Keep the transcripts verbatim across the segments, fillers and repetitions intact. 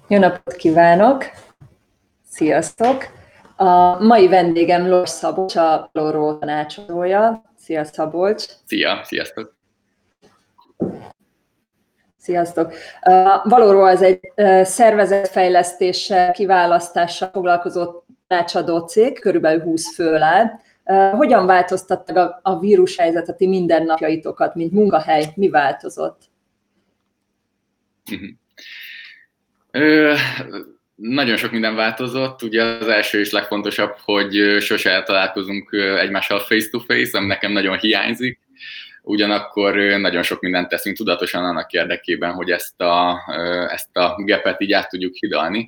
Jó napot kívánok! Sziasztok! A mai vendégem Lors Szabolcs, a Valoró tanácsadója. Szia, Szabolcs! Szia, sziasztok! Sziasztok! A Valoró az egy szervezetfejlesztéssel, kiválasztással foglalkozó tanácsadó cég, körülbelül húsz fő áll. Hogyan változtatta a, a vírushelyzet a ti mindennapjaitokat, mint munkahely? Mi változott? Uh-huh. Ö, nagyon sok minden változott. Ugye az első és legfontosabb, hogy sose találkozunk egymással face-to-face, ami nekem nagyon hiányzik. Ugyanakkor nagyon sok mindent teszünk tudatosan annak érdekében, hogy ezt a, ezt a gapet így át tudjuk hidalni.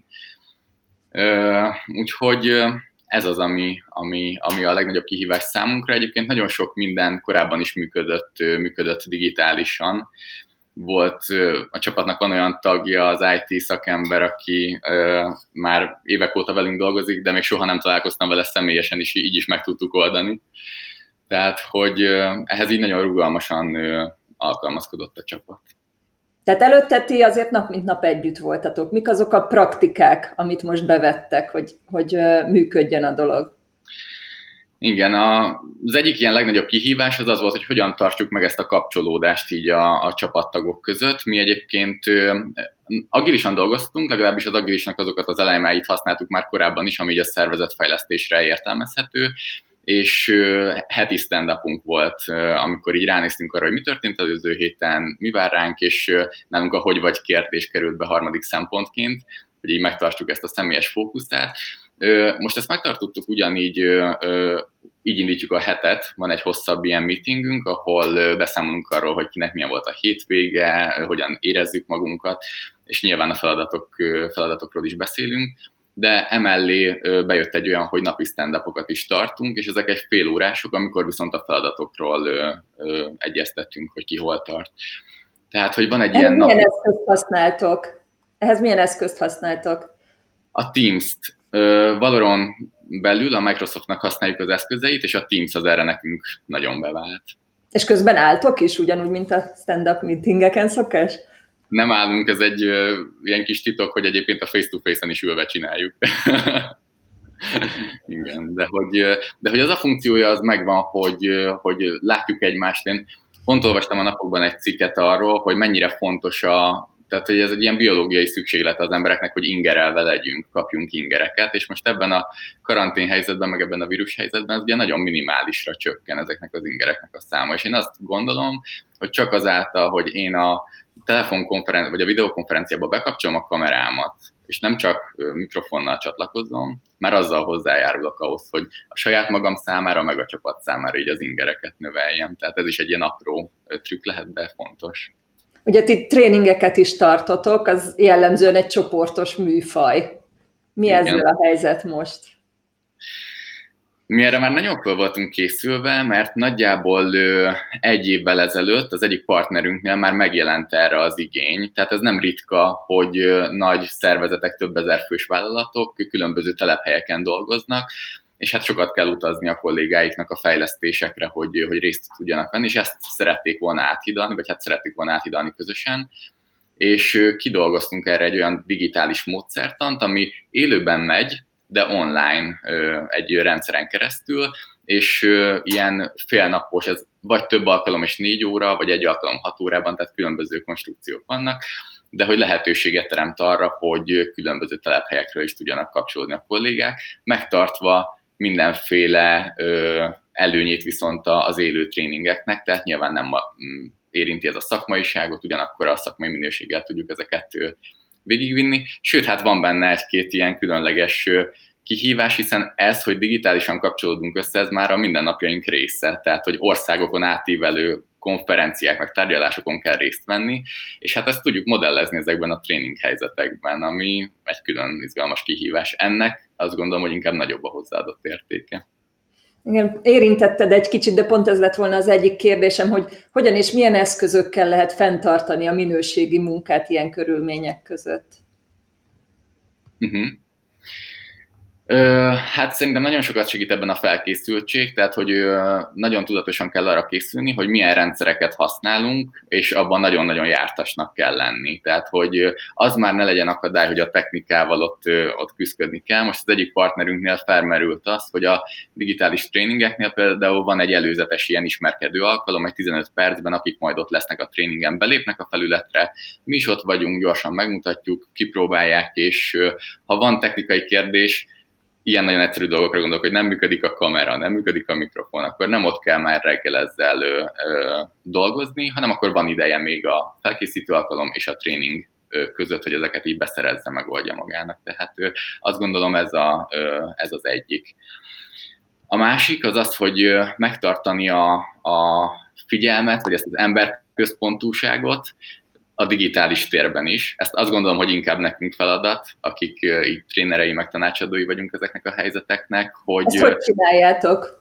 Úgyhogy ez az, ami, ami, ami a legnagyobb kihívás számunkra. Egyébként nagyon sok minden korábban is működött, működött digitálisan. Volt a csapatnak van olyan tagja, az i té szakember, aki már évek óta velünk dolgozik, de még soha nem találkoztam vele személyesen, és így is meg tudtuk oldani. Tehát, hogy ehhez így nagyon rugalmasan alkalmazkodott a csapat. Tehát előtte ti azért nap mint nap együtt voltatok. Mik azok a praktikák, amit most bevettek, hogy, hogy működjön a dolog? Igen, a, az egyik ilyen legnagyobb kihívás az az volt, hogy hogyan tartsuk meg ezt a kapcsolódást így a, a csapattagok között. Mi egyébként agilisan dolgoztunk, legalábbis az agilisnak azokat az elemáit használtuk már korábban is, ami így a szervezetfejlesztésre értelmezhető, és heti stand-upunk volt, amikor így ránéztünk arra, hogy mi történt az előző héten, mi vár ránk, és nálunk a hogy vagy kérdés került be harmadik szempontként, hogy így megtartsuk ezt a személyes fókuszát. Most ezt megtartottuk ugyanígy, így indítjuk a hetet, van egy hosszabb ilyen meetingünk, ahol beszámolunk arról, hogy kinek milyen volt a hétvége, hogyan érezzük magunkat, és nyilván a feladatok, feladatokról is beszélünk, de emellé bejött egy olyan, hogy napi stand-upokat is tartunk, és ezek egy fél órások, amikor viszont a feladatokról egyeztettünk, hogy ki hol tart. Tehát, hogy van egy Ehhez ilyen milyen napi... eszközt használtok? Ehhez milyen eszközt használtok? A Teams-t. Valoron belül a Microsoftnak használjuk az eszközeit, és a Teams az erre nekünk nagyon bevált. És közben álltok is, ugyanúgy, mint a stand-up meetingeken szokás? Nem állunk, ez egy uh, ilyen kis titok, hogy egyébként a face-to-face-en is ülve csináljuk. Igen, de hogy, de hogy az a funkciója az megvan, hogy, hogy látjuk egymást. Én pont olvastam a napokban egy cikket arról, hogy mennyire fontos a Tehát, hogy ez egy ilyen biológiai szükséglet az embereknek, hogy ingerelve legyünk, kapjunk ingereket, és most ebben a karantén helyzetben, meg ebben a vírus helyzetben ez ugye nagyon minimálisra csökken ezeknek az ingereknek a száma. És én azt gondolom, hogy csak azáltal, hogy én a telefonkonferenciába, vagy a videokonferenciába bekapcsolom a kamerámat, és nem csak mikrofonnal csatlakozom, már azzal hozzájárulok ahhoz, hogy a saját magam számára, meg a csapat számára így az ingereket növeljem. Tehát ez is egy ilyen apró trükk lehet, de fontos. Ugye ti tréningeket is tartotok, az jellemzően egy csoportos műfaj. Mi Igen. ezzel a helyzet most? Mi erre már nagyon fel voltunk készülve, mert nagyjából egy évvel ezelőtt az egyik partnerünknél már megjelent erre az igény. Tehát ez nem ritka, hogy nagy szervezetek, több ezer fős vállalatok különböző telephelyeken dolgoznak, és hát sokat kell utazni a kollégáiknak a fejlesztésekre, hogy, hogy részt tudjanak venni, és ezt szerették volna áthidalni, vagy hát szerették volna áthidalni közösen. És kidolgoztunk erre egy olyan digitális módszertant, ami élőben megy, de online egy rendszeren keresztül, és ilyen félnapos, ez vagy több alkalom és négy óra, vagy egy alkalom hat órában, tehát különböző konstrukciók vannak, de hogy lehetőséget teremt arra, hogy különböző telephelyekről is tudjanak kapcsolódni a kollégák, megtartva mindenféle előnyét viszont az élő tréningeknek, tehát nyilván nem érinti ez a szakmaiságot, ugyanakkor a szakmai minőséggel tudjuk ezeket végigvinni. Sőt, hát van benne egy-két ilyen különleges kihívás, hiszen ez, hogy digitálisan kapcsolódunk össze, ez már a mindennapjaink része, tehát hogy országokon átívelő konferenciák, meg tárgyalásokon kell részt venni, és hát ezt tudjuk modellezni ezekben a tréning helyzetekben, ami egy külön izgalmas kihívás. Ennek azt gondolom, hogy inkább nagyobb a hozzáadott értéke. Igen, érintetted egy kicsit, de pont ez lett volna az egyik kérdésem, hogy hogyan és milyen eszközökkel lehet fenntartani a minőségi munkát ilyen körülmények között? Uh-huh. Ö, hát szerintem nagyon sokat segít ebben a felkészültség, tehát hogy ö, nagyon tudatosan kell arra készülni, hogy milyen rendszereket használunk, és abban nagyon-nagyon jártasnak kell lenni. Tehát, hogy ö, az már ne legyen akadály, hogy a technikával ott, ö, ott küzdködni kell. Most az egyik partnerünknél felmerült az, hogy a digitális tréningeknél például van egy előzetes ilyen ismerkedő alkalom, egy tizenöt percben, akik majd ott lesznek a tréningen, belépnek a felületre, mi is ott vagyunk, gyorsan megmutatjuk, kipróbálják, és ö, ha van technikai kérdés, ilyen nagyon egyszerű dolgokra gondolok, hogy nem működik a kamera, nem működik a mikrofon, akkor nem ott kell már reggel ezzel ö, ö, dolgozni, hanem akkor van ideje még a felkészítő alkalom és a tréning ö, között, hogy ezeket így beszerezze, megoldja magának. Tehát ö, azt gondolom ez, a, ö, ez az egyik. A másik az az, hogy ö, megtartani a, a figyelmet, vagy ezt az emberközpontúságot, a digitális térben is. Ezt azt gondolom, hogy inkább nekünk feladat, akik uh, így trénerei, meg tanácsadói vagyunk ezeknek a helyzeteknek, hogy... Ezt hogy csináljátok?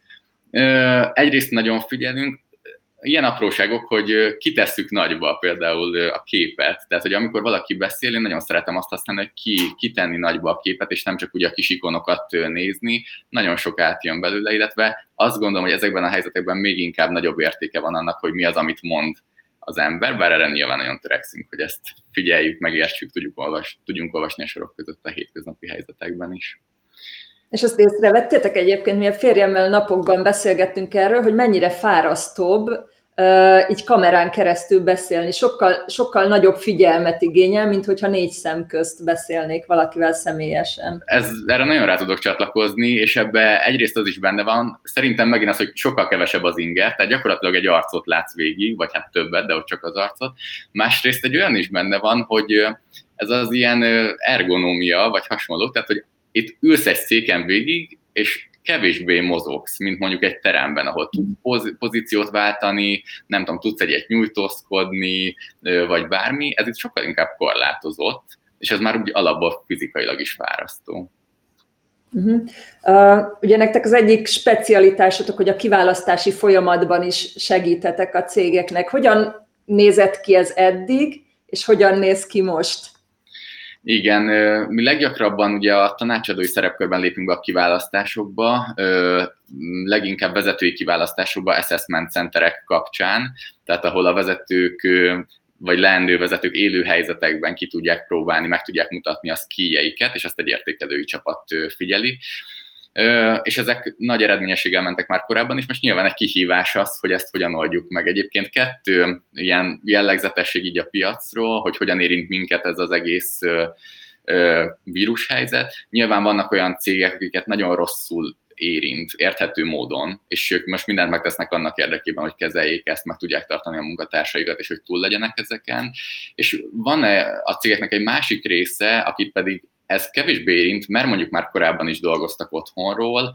Uh, egyrészt nagyon figyelünk, ilyen apróságok, hogy kitesszük nagyba például a képet. Tehát, hogy amikor valaki beszél, én nagyon szeretem azt használni, hogy ki, kitenni nagyba a képet, és nem csak ugye a kis ikonokat nézni. Nagyon sok átjön belőle, illetve azt gondolom, hogy ezekben a helyzetekben még inkább nagyobb értéke van annak, hogy mi az, amit mond az ember, bár erre nyilván nagyon törekszünk, hogy ezt figyeljük, megértsük, tudjuk olvas, tudjunk olvasni a sorok között a hétköznapi helyzetekben is. És azt észrevettétek egyébként, mi a férjemmel napokban beszélgettünk erről, hogy mennyire fárasztóbb uh, így kamerán keresztül beszélni. Sokkal, sokkal nagyobb figyelmet igényel, mint hogyha négy szem közt beszélnék valakivel személyesen. Ez, erre nagyon rá tudok csatlakozni, és ebbe egyrészt az is benne van, szerintem megint az, hogy sokkal kevesebb az inger, tehát gyakorlatilag egy arcot látsz végig, vagy hát többet, de ott csak az arcot. Másrészt egy olyan is benne van, hogy ez az ilyen ergonómia, vagy hasonló, tehát hogy itt ülsz egy széken végig, és kevésbé mozogsz, mint mondjuk egy teremben, ahol tudsz pozíciót váltani, nem tudom, tudsz egyet nyújtózkodni, vagy bármi, ez itt sokkal inkább korlátozott, és ez már úgy alapból fizikailag is fárasztó. Uh-huh. Uh, ugye nektek az egyik specialitásotok, hogy a kiválasztási folyamatban is segítetek a cégeknek. Hogyan nézett ki ez eddig, és hogyan néz ki most? Igen, mi leggyakrabban ugye a tanácsadói szerepkörben lépünk be a kiválasztásokba, leginkább vezetői kiválasztásokba, assessment centerek kapcsán, tehát ahol a vezetők vagy leendő vezetők élő helyzetekben ki tudják próbálni, meg tudják mutatni a skilljeiket, és azt egy értékelői csapat figyeli. És ezek nagy eredményességgel mentek már korábban is, most nyilván egy kihívás az, hogy ezt hogyan oldjuk meg. Egyébként kettő ilyen jellegzetesség így a piacról, hogy hogyan érint minket ez az egész vírushelyzet. Nyilván vannak olyan cégek, akiket nagyon rosszul érint, érthető módon, és ők most mindent megtesznek annak érdekében, hogy kezeljék ezt, meg tudják tartani a munkatársaikat, és hogy túl legyenek ezeken. És van a cégeknek egy másik része, akit pedig ez kevésbé érint, mert mondjuk már korábban is dolgoztak otthonról,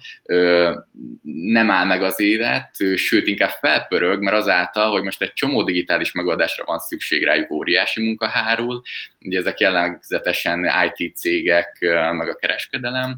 nem áll meg az élet, sőt inkább felpörög, mert azáltal, hogy most egy csomó digitális megoldásra van szükség, rájuk óriási munka hárul, ugye ezek jellegzetesen i té cégek, meg a kereskedelem,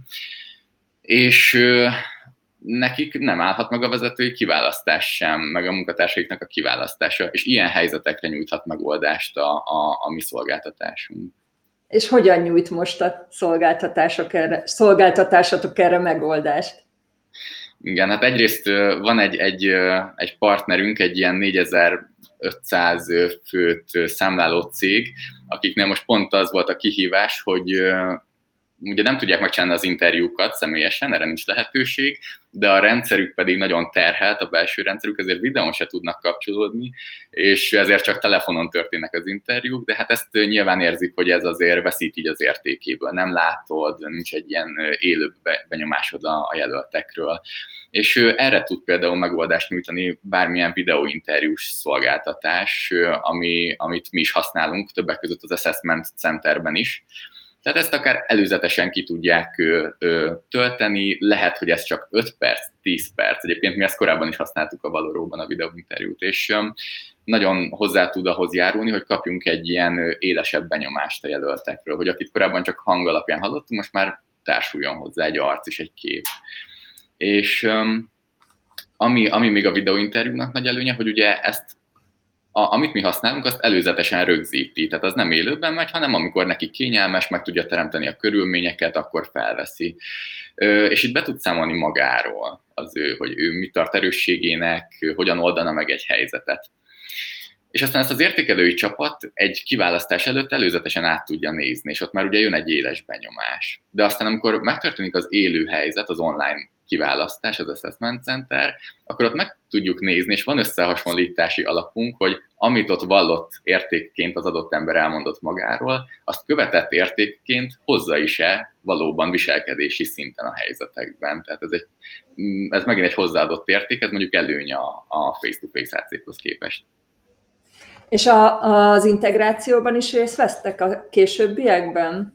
és nekik nem állhat meg a vezetői kiválasztás sem, meg a munkatársaiknak a kiválasztása, és ilyen helyzetekre nyújthat megoldást a, a, a mi szolgáltatásunk. És hogyan nyújt most a szolgáltatások erre, szolgáltatásatok erre megoldást? Igen, hát egyrészt van egy, egy, egy partnerünk, egy ilyen négyezer-ötszáz főt számláló cég, akiknél most pont az volt a kihívás, hogy ugye nem tudják megcsinálni az interjúkat személyesen, erre nincs lehetőség, de a rendszerük pedig nagyon terhelt, a belső rendszerük, ezért videón se tudnak kapcsolódni, és ezért csak telefonon történnek az interjúk, de hát ezt nyilván érzik, hogy ez azért veszít így az értékéből, nem látod, nincs egy ilyen élő benyomásod a jelöltekről. És erre tud például megoldást nyújtani bármilyen videóinterjús szolgáltatás, ami, amit mi is használunk, többek között az Assessment Centerben is. Tehát ezt akár előzetesen ki tudják ö, ö, tölteni, lehet, hogy ez csak öt perc, tíz perc. Egyébként mi ezt korábban is használtuk a Valoróban a videóinterjút, és ö, nagyon hozzá tud ahhoz járulni, hogy kapjunk egy ilyen ö, élesebb benyomást a jelöltekről, hogy akit korábban csak hang alapján hallottunk, most már társuljon hozzá egy arc és egy kép. És ö, ami, ami még a videóinterjúnak nagy előnye, hogy ugye ezt a, amit mi használunk, azt előzetesen rögzíti. Tehát az nem élőben megy, hanem amikor neki kényelmes, meg tudja teremteni a körülményeket, akkor felveszi. És itt be tud számolni magáról, az ő, hogy ő mit tart erősségének, hogyan oldana meg egy helyzetet. És aztán ezt az értékelői csapat egy kiválasztás előtt előzetesen át tudja nézni, és ott már ugye jön egy éles benyomás. De aztán amikor megtörténik az élő helyzet, az online kiválasztás, az Assessment Center, akkor ott meg tudjuk nézni, és van összehasonlítási alapunk, hogy amit ott vallott értékként az adott ember elmondott magáról, azt követett értékként hozza is-e valóban viselkedési szinten a helyzetekben. Tehát ez, egy, ez megint egy hozzáadott érték, ez mondjuk előny a, a face-to-face á cé-hoz képest. És a, az integrációban is részt vesztek a későbbiekben?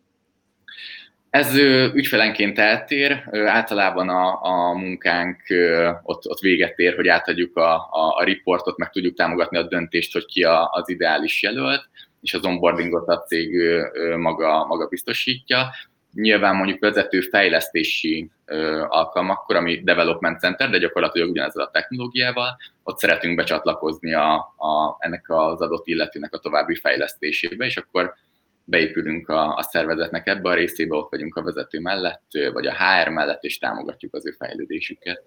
Ez ügyfelenként eltér, általában a, a munkánk ott, ott véget ér, hogy átadjuk a, a, a riportot, meg tudjuk támogatni a döntést, hogy ki a, az ideális jelölt, és az onboardingot a cég maga, maga biztosítja. Nyilván mondjuk vezető fejlesztési alkalmakkor, ami Development Center, de gyakorlatilag ugyanezzel a technológiával, ott szeretünk becsatlakozni a, a, ennek az adott illetőnek a további fejlesztésébe, és akkor beépülünk a, a szervezetnek ebbe a részébe, ott vagyunk a vezető mellett, vagy a há er mellett, és támogatjuk az ő fejlődésüket.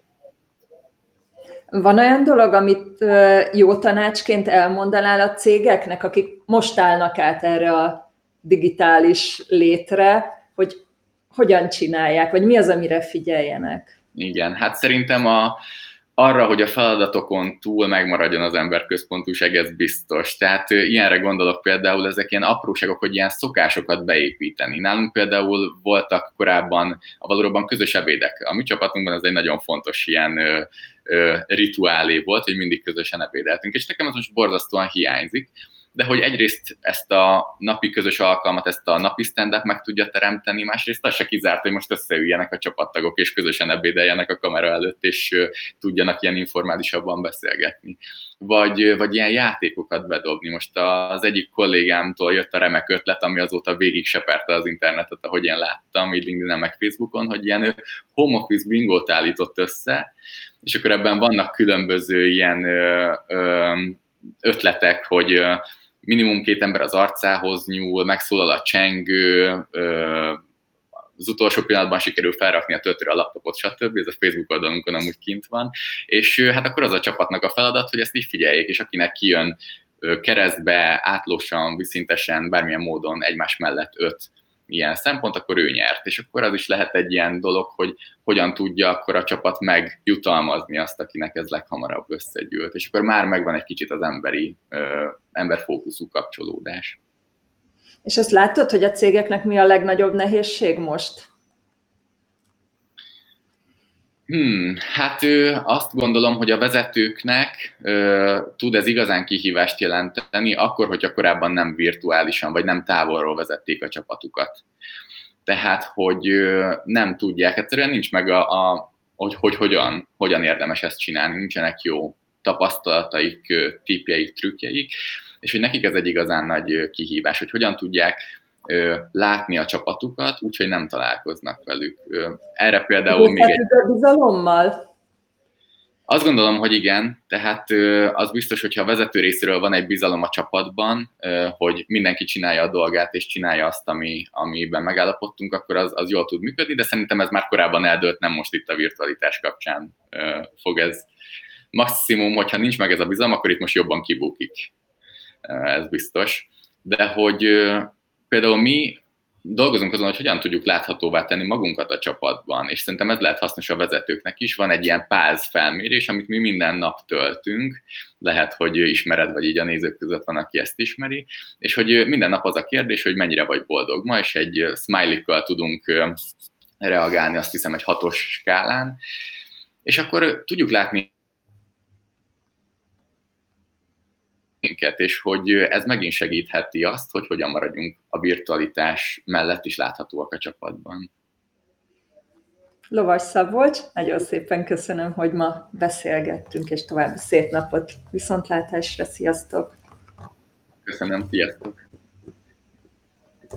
Van olyan dolog, amit jó tanácsként elmondanál a cégeknek, akik most állnak át erre a digitális létre, hogy hogyan csinálják, vagy mi az, amire figyeljenek? Igen, hát szerintem a, arra, hogy a feladatokon túl megmaradjon az emberközpontúság, ez biztos. Tehát ilyenre gondolok például, ezek ilyen apróságok, hogy ilyen szokásokat beépíteni. Nálunk például voltak korábban a valóban közös ebédek. A mi csapatunkban ez egy nagyon fontos ilyen ö, ö, rituálé volt, hogy mindig közösen ebédeltünk, és nekem ez most borzasztóan hiányzik. De hogy egyrészt ezt a napi közös alkalmat, ezt a napi stand-up meg tudja teremteni, másrészt az se kizárt, hogy most összeüljenek a csapattagok, és közösen ebédeljenek a kamera előtt, és tudjanak ilyen informálisabban beszélgetni. Vagy, vagy ilyen játékokat bedobni. Most az egyik kollégámtól jött a remek ötlet, ami azóta végig seperte az internetet, ahogy én láttam, így LinkedIn-en meg Facebookon, hogy ilyen home office bingót állított össze, és akkor ebben vannak különböző ilyen ö, ö, ötletek, hogy minimum két ember az arcához nyúl, megszólal a csengő, az utolsó pillanatban sikerül felrakni a töltőre a laptopot, stb. Ez a Facebook oldalunkon amúgy kint van, és hát akkor az a csapatnak a feladat, hogy ezt így figyeljék, és akinek kijön keresztbe, átlósan, viszintesen, bármilyen módon egymás mellett öt ilyen szempont, akkor ő nyert. És akkor az is lehet egy ilyen dolog, hogy hogyan tudja akkor a csapat megjutalmazni azt, akinek ez leghamarabb összegyűlt. És akkor már megvan egy kicsit az emberi, ö, emberfókuszú kapcsolódás. És azt látod, hogy a cégeknek mi a legnagyobb nehézség most? Hmm, hát ö, azt gondolom, hogy a vezetőknek ö, tud ez igazán kihívást jelenteni, akkor, hogyha korábban nem virtuálisan, vagy nem távolról vezették a csapatukat. Tehát, hogy ö, nem tudják, egyszerűen nincs meg a, a hogy, hogy hogyan, hogyan érdemes ezt csinálni, nincsenek jó tapasztalataik, tippjeik, trükkjeik, és hogy nekik ez egy igazán nagy kihívás, hogy hogyan tudják látni a csapatukat, úgyhogy nem találkoznak velük. Erre például még egy... bizalommal? Azt gondolom, hogy igen, tehát az biztos, hogyha a vezető részéről van egy bizalom a csapatban, hogy mindenki csinálja a dolgát és csinálja azt, ami, amiben megállapodtunk, akkor az, az jól tud működni, de szerintem ez már korábban eldőlt, nem most itt a virtualitás kapcsán fog ez. Maximum, hogyha nincs meg ez a bizalom, akkor itt most jobban kibukik. Ez biztos. De hogy például mi dolgozunk azon, hogy hogyan tudjuk láthatóvá tenni magunkat a csapatban, és szerintem ez lehet hasznos a vezetőknek is. Van egy ilyen páz felmérés, amit mi minden nap töltünk, lehet, hogy ismered, vagy így a nézők között van, aki ezt ismeri, és hogy minden nap az a kérdés, hogy mennyire vagy boldog ma, és egy smiley-kkal tudunk reagálni, azt hiszem egy hatos skálán, és akkor tudjuk látni minket, és hogy ez megint segítheti azt, hogy hogyan maradjunk a virtualitás mellett is láthatóak a csapatban. Lovas Szabolcs, nagyon szépen köszönöm, hogy ma beszélgettünk, és további szép napot, viszontlátásra, sziasztok! Köszönöm, sziasztok!